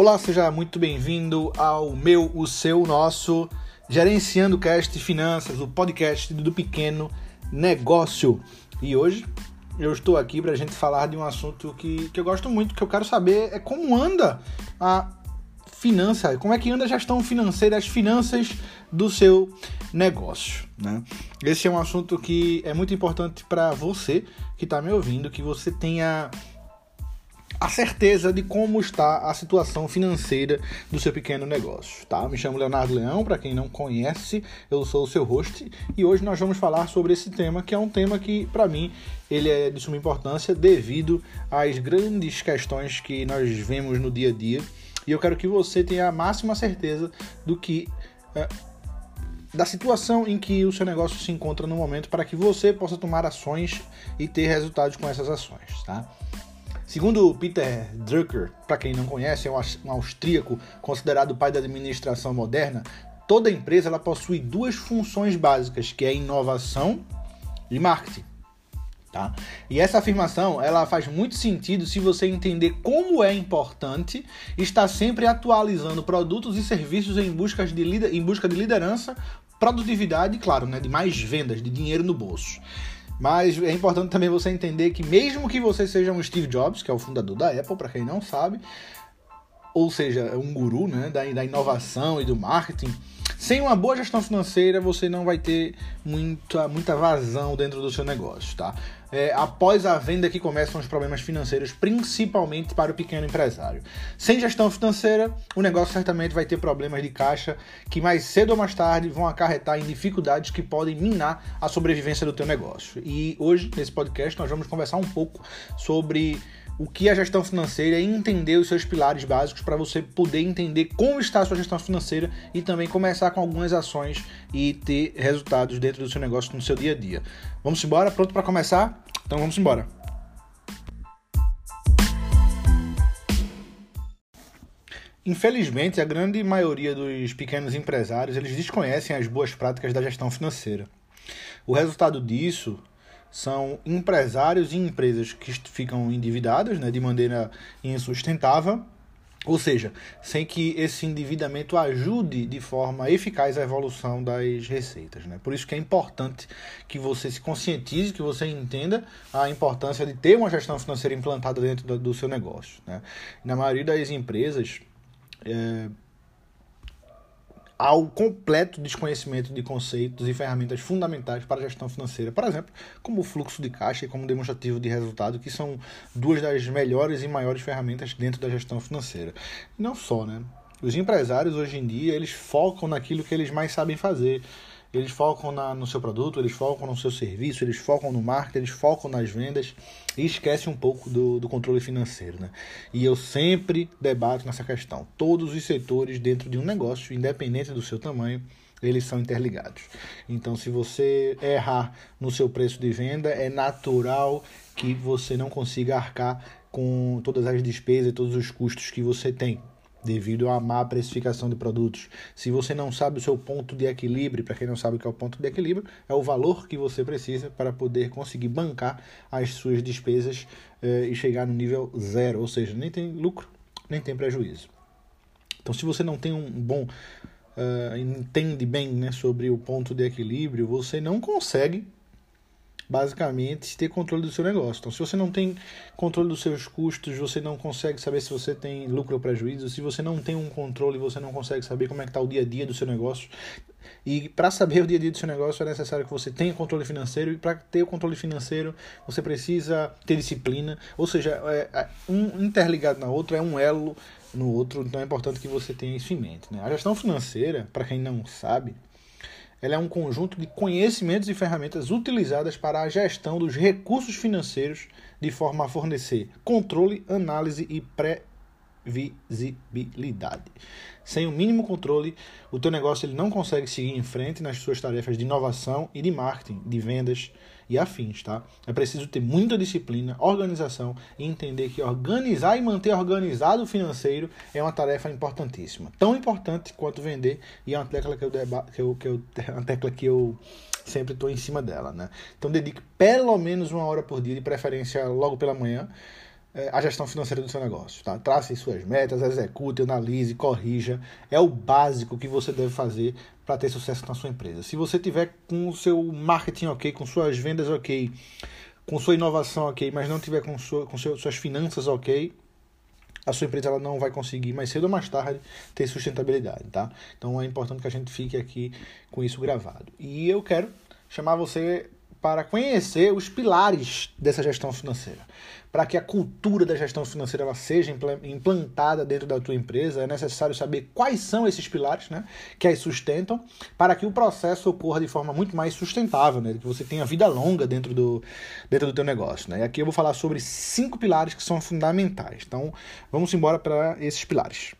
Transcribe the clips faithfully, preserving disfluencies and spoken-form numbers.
Olá, seja muito bem-vindo ao meu, o seu, o nosso Gerenciando Cast Finanças, o podcast do pequeno negócio. E hoje eu estou aqui para a gente falar de um assunto que, que eu gosto muito, que eu quero saber é como anda a finança, como é que anda a gestão financeira, as finanças do seu negócio, né? Esse é um assunto que é muito importante para você que está me ouvindo, que você tenha a certeza de como está a situação financeira do seu pequeno negócio, tá? Me chamo Leonardo Leão, para quem não conhece, eu sou o seu host e hoje nós vamos falar sobre esse tema, que é um tema que, para mim, ele é de suma importância devido às grandes questões que nós vemos no dia a dia, e eu quero que você tenha a máxima certeza do que é, da situação em que o seu negócio se encontra no momento, para que você possa tomar ações e ter resultados com essas ações, tá? Segundo Peter Drucker, para quem não conhece, é um austríaco considerado o pai da administração moderna, toda empresa ela possui duas funções básicas, que é inovação e marketing. Tá? E essa afirmação ela faz muito sentido se você entender como é importante estar sempre atualizando produtos e serviços em busca de, lider- em busca de liderança, produtividade e, claro, né, de mais vendas, de dinheiro no bolso. Mas é importante também você entender que mesmo que você seja um Steve Jobs, que é o fundador da Apple, para quem não sabe, ou seja, um guru, né, da, da inovação e do marketing, sem uma boa gestão financeira você não vai ter muita, muita vazão dentro do seu negócio, tá? É, após a venda que começam os problemas financeiros, principalmente para o pequeno empresário. Sem gestão financeira, o negócio certamente vai ter problemas de caixa que mais cedo ou mais tarde vão acarretar em dificuldades que podem minar a sobrevivência do teu negócio. E hoje, nesse podcast, nós vamos conversar um pouco sobre o que é a gestão financeira e entender os seus pilares básicos para você poder entender como está a sua gestão financeira e também começar com algumas ações e ter resultados dentro do seu negócio no seu dia a dia. Vamos embora? Pronto para começar? Então vamos embora. Infelizmente, a grande maioria dos pequenos empresários, eles desconhecem as boas práticas da gestão financeira. O resultado disso são empresários e empresas que ficam endividadas, né, de maneira insustentável, ou seja, sem que esse endividamento ajude de forma eficaz a evolução das receitas, né? Por isso que é importante que você se conscientize, que você entenda a importância de ter uma gestão financeira implantada dentro do, do seu negócio, né? Na maioria das empresas, é, há o completo desconhecimento de conceitos e ferramentas fundamentais para a gestão financeira, por exemplo, como o fluxo de caixa e como demonstrativo de resultado, que são duas das melhores e maiores ferramentas dentro da gestão financeira. E não só, né? Os empresários hoje em dia, eles focam naquilo que eles mais sabem fazer. Eles focam na, no seu produto, eles focam no seu serviço, eles focam no marketing, eles focam nas vendas e esquecem um pouco do, do controle financeiro, né? E eu sempre debato nessa questão. Todos os setores dentro de um negócio, independente do seu tamanho, eles são interligados. Então, se você errar no seu preço de venda, é natural que você não consiga arcar com todas as despesas e todos os custos que você tem, devido à má precificação de produtos. Se você não sabe o seu ponto de equilíbrio, para quem não sabe o que é o ponto de equilíbrio, é o valor que você precisa para poder conseguir bancar as suas despesas eh, e chegar no nível zero, ou seja, nem tem lucro, nem tem prejuízo. Então, se você não tem um bom, uh, entende bem, né, sobre o ponto de equilíbrio, você não consegue basicamente ter controle do seu negócio. Então, se você não tem controle dos seus custos, você não consegue saber se você tem lucro ou prejuízo. Se você não tem um controle, você não consegue saber como é que está o dia a dia do seu negócio. E para saber o dia a dia do seu negócio é necessário que você tenha controle financeiro, e para ter o controle financeiro você precisa ter disciplina, ou seja, é um interligado na outra, é um elo no outro, então é importante que você tenha isso em mente, né? A gestão financeira, para quem não sabe, ela é um conjunto de conhecimentos e ferramentas utilizadas para a gestão dos recursos financeiros de forma a fornecer controle, análise e previsibilidade. Sem o mínimo controle, o teu negócio ele não consegue seguir em frente nas suas tarefas de inovação e de marketing, de vendas e afins, tá? É preciso ter muita disciplina, organização e entender que organizar e manter organizado o financeiro é uma tarefa importantíssima. Tão importante quanto vender, e é uma tecla que eu, deba- que eu, que eu, uma tecla que eu sempre estou em cima dela, né? Então dedique pelo menos uma hora por dia, de preferência logo pela manhã, é, a gestão financeira do seu negócio. Tá? Trace suas metas, execute, analise, corrija. É o básico que você deve fazer para ter sucesso na sua empresa. Se você tiver com o seu marketing ok, com suas vendas ok, com sua inovação ok, mas não tiver com, sua, com seu, suas finanças ok, a sua empresa ela não vai conseguir, mais cedo ou mais tarde, ter sustentabilidade, tá? Então é importante que a gente fique aqui com isso gravado. E eu quero chamar você para conhecer os pilares dessa gestão financeira. Para que a cultura da gestão financeira ela seja implantada dentro da tua empresa, é necessário saber quais são esses pilares, né, que as sustentam, para que o processo ocorra de forma muito mais sustentável, né, que você tenha vida longa dentro do, dentro do teu negócio. Né? E aqui eu vou falar sobre cinco pilares que são fundamentais. Então, vamos embora para esses pilares.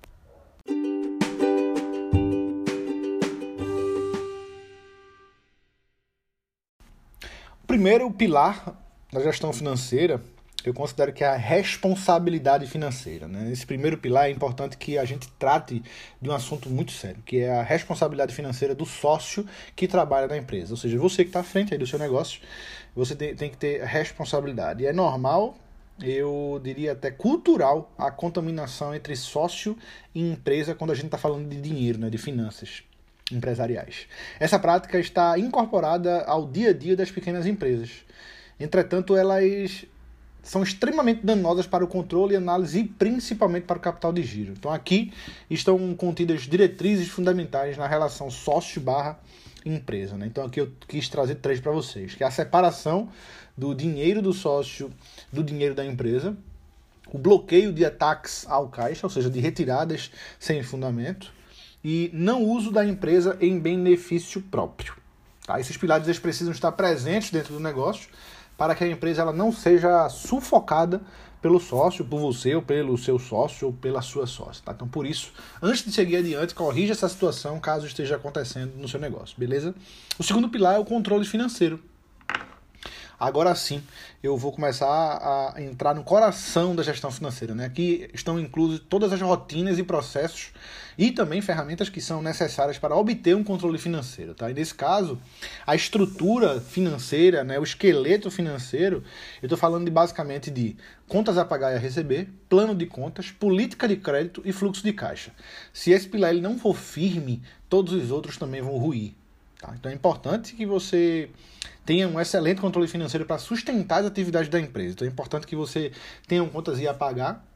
O primeiro pilar da gestão financeira, eu considero que é a responsabilidade financeira. Né? Esse primeiro pilar é importante que a gente trate de um assunto muito sério, que é a responsabilidade financeira do sócio que trabalha na empresa. Ou seja, você que está à frente aí do seu negócio, você tem, tem que ter responsabilidade. E é normal, eu diria até cultural, a contaminação entre sócio e empresa quando a gente está falando de dinheiro, né? De finanças empresariais. Essa prática está incorporada ao dia a dia das pequenas empresas. Entretanto, elas são extremamente danosas para o controle e análise e principalmente para o capital de giro. Então aqui estão contidas diretrizes fundamentais na relação sócio barra empresa. Né? Então aqui eu quis trazer três para vocês, que é a separação do dinheiro do sócio do dinheiro da empresa, o bloqueio de ataques ao caixa, ou seja, de retiradas sem fundamento, e não uso da empresa em benefício próprio. Tá? Esses pilares eles precisam estar presentes dentro do negócio para que a empresa ela não seja sufocada pelo sócio, por você, ou pelo seu sócio, ou pela sua sócia. Tá? Então, por isso, antes de seguir adiante, corrija essa situação caso esteja acontecendo no seu negócio, beleza? O segundo pilar é o controle financeiro. Agora sim, eu vou começar a entrar no coração da gestão financeira. Né? Aqui estão inclusas todas as rotinas e processos e também ferramentas que são necessárias para obter um controle financeiro. Tá? E nesse caso, a estrutura financeira, né, o esqueleto financeiro, eu estou falando de, basicamente de contas a pagar e a receber, plano de contas, política de crédito e fluxo de caixa. Se esse pilar ele não for firme, todos os outros também vão ruir. Tá? Então é importante que você tenha um excelente controle financeiro para sustentar as atividades da empresa. Então é importante que você tenha um contas a pagar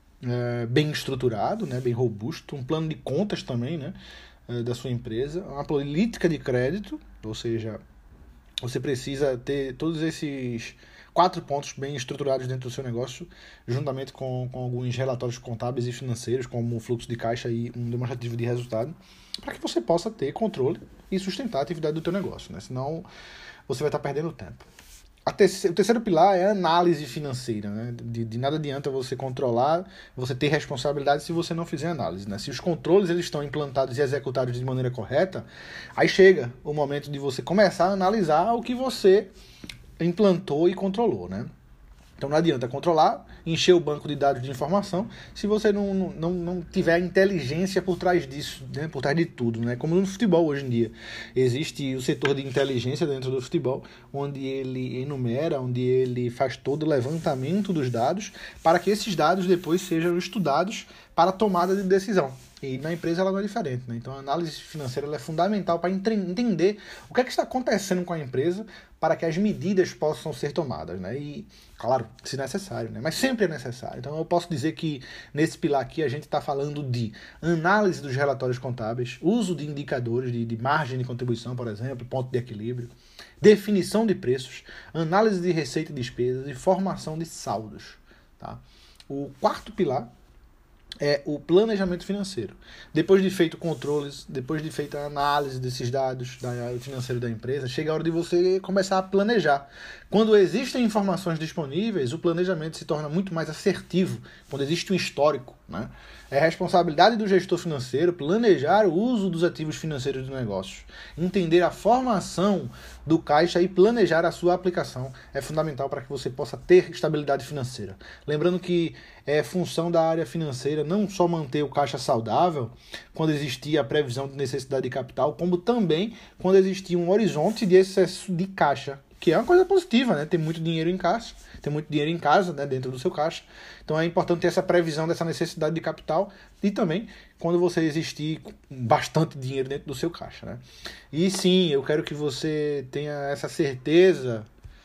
é, bem estruturado, né, bem robusto, um plano de contas também, né, é, da sua empresa, uma política de crédito, ou seja, você precisa ter todos esses quatro pontos bem estruturados dentro do seu negócio, juntamente com, com alguns relatórios contábeis e financeiros, como o fluxo de caixa e um demonstrativo de resultado, para que você possa ter controle e sustentar a atividade do teu negócio, né? Senão você vai estar perdendo tempo. A terceiro, o terceiro pilar é a análise financeira. Né? De, de nada adianta você controlar, você ter responsabilidade se você não fizer análise. Né? Se os controles eles estão implantados e executados de maneira correta, aí chega o momento de você começar a analisar o que você implantou e controlou. Né? Então não adianta controlar, encher o banco de dados de informação, se você não, não, não tiver a inteligência por trás disso, né? Por trás de tudo. Né? Como no futebol hoje em dia. Existe o setor de inteligência dentro do futebol, onde ele enumera, onde ele faz todo o levantamento dos dados, para que esses dados depois sejam estudados para a tomada de decisão. E na empresa ela não é diferente, né? Então a análise financeira ela é fundamental para entender o que é que está acontecendo com a empresa para que as medidas possam ser tomadas, né? E, claro, se necessário, né? Mas sempre é necessário. Então eu posso dizer que nesse pilar aqui a gente está falando de análise dos relatórios contábeis, uso de indicadores de, de margem de contribuição, por exemplo, ponto de equilíbrio, definição de preços, análise de receita e despesas e formação de saldos, tá? O quarto pilar é o planejamento financeiro. Depois de feito controles, depois de feita a análise desses dados da financeiro da empresa, chega a hora de você começar a planejar. Quando existem informações disponíveis, o planejamento se torna muito mais assertivo, quando existe um histórico, né? É responsabilidade do gestor financeiro planejar o uso dos ativos financeiros do negócio. Entender a formação do caixa e planejar a sua aplicação é fundamental para que você possa ter estabilidade financeira. Lembrando que é função da área financeira não só manter o caixa saudável, quando existia a previsão de necessidade de capital, como também quando existia um horizonte de excesso de caixa que é uma coisa positiva, né? Ter muito dinheiro em caixa, ter muito dinheiro em casa, né? Dentro do seu caixa. Então é importante ter essa previsão dessa necessidade de capital e também quando você existir com bastante dinheiro dentro do seu caixa, né? E sim, eu quero que você tenha essa certeza,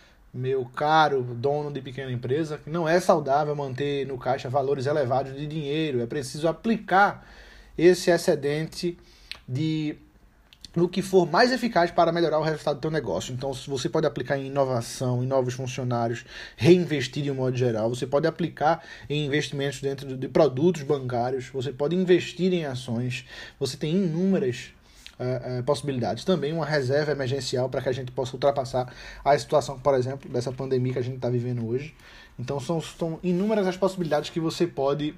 meu caro dono de pequena empresa, que não é saudável manter no caixa valores elevados de dinheiro. É preciso aplicar esse excedente de no que for mais eficaz para melhorar o resultado do teu negócio. Então, você pode aplicar em inovação, em novos funcionários, reinvestir de um modo geral. Você pode aplicar em investimentos dentro de produtos bancários. Você pode investir em ações. Você tem inúmeras uh, uh, possibilidades. Também uma reserva emergencial para que a gente possa ultrapassar a situação, por exemplo, dessa pandemia que a gente está vivendo hoje. Então, são, são inúmeras as possibilidades que você pode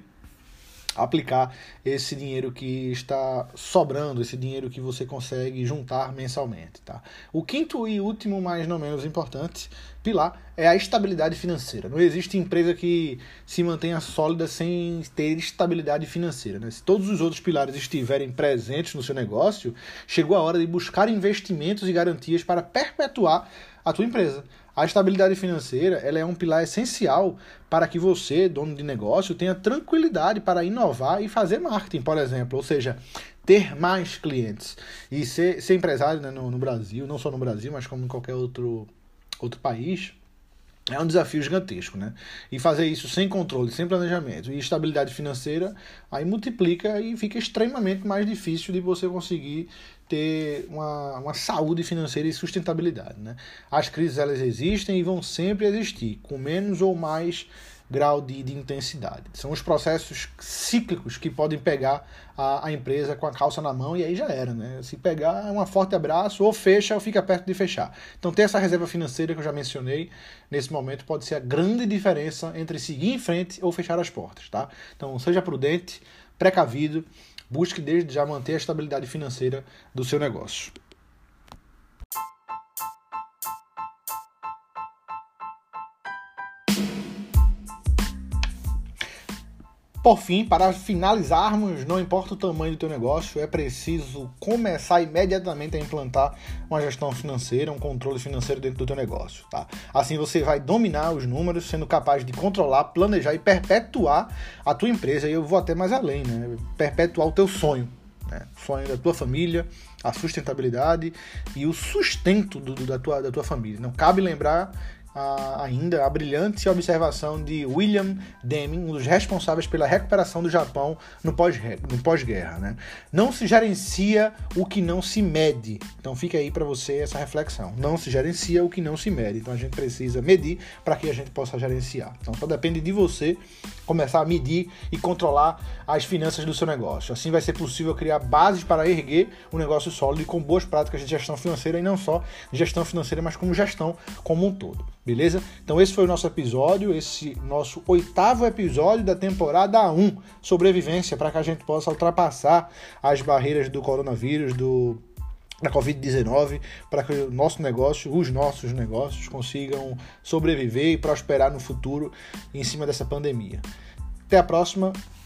aplicar esse dinheiro que está sobrando, esse dinheiro que você consegue juntar mensalmente, tá? O quinto e último, mas não menos importante, pilar é a estabilidade financeira. Não existe empresa que se mantenha sólida sem ter estabilidade financeira, né? Se todos os outros pilares estiverem presentes no seu negócio, chegou a hora de buscar investimentos e garantias para perpetuar a tua empresa. A estabilidade financeira, ela é um pilar essencial para que você, dono de negócio, tenha tranquilidade para inovar e fazer marketing, por exemplo. Ou seja, ter mais clientes. E ser, ser empresário, né, no, no Brasil, não só no Brasil, mas como em qualquer outro, outro país, é um desafio gigantesco, né? E fazer isso sem controle, sem planejamento e estabilidade financeira, aí multiplica e fica extremamente mais difícil de você conseguir ter uma, uma saúde financeira e sustentabilidade, né? As crises, elas existem e vão sempre existir, com menos ou mais grau de, de intensidade. São os processos cíclicos que podem pegar a, a empresa com a calça na mão e aí já era, né? Se pegar, é um forte abraço, ou fecha ou fica perto de fechar. Então ter essa reserva financeira que eu já mencionei, nesse momento pode ser a grande diferença entre seguir em frente ou fechar as portas, tá? Então seja prudente, precavido, busque desde já manter a estabilidade financeira do seu negócio. Por fim, para finalizarmos, não importa o tamanho do teu negócio, é preciso começar imediatamente a implantar uma gestão financeira, um controle financeiro dentro do teu negócio, tá? Assim você vai dominar os números, sendo capaz de controlar, planejar e perpetuar a tua empresa. E eu vou até mais além, né? Perpetuar o teu sonho, né? O sonho da tua família, a sustentabilidade e o sustento do, do, da, tua, da tua família. Não cabe lembrar A, ainda a brilhante observação de William Deming, um dos responsáveis pela recuperação do Japão no pós-guerra, no pós-guerra, né? Não se gerencia o que não se mede. Então fica aí para você essa reflexão. Não se gerencia o que não se mede. Então a gente precisa medir para que a gente possa gerenciar. Então só depende de você começar a medir e controlar as finanças do seu negócio. Assim vai ser possível criar bases para erguer um negócio sólido com boas práticas de gestão financeira, e não só gestão financeira, mas como gestão como um todo. Beleza? Então esse foi o nosso episódio, esse nosso oitavo episódio da temporada um, sobrevivência, para que a gente possa ultrapassar as barreiras do coronavírus, do, da covid dezenove, para que o nosso negócio, os nossos negócios consigam sobreviver e prosperar no futuro em cima dessa pandemia. Até a próxima.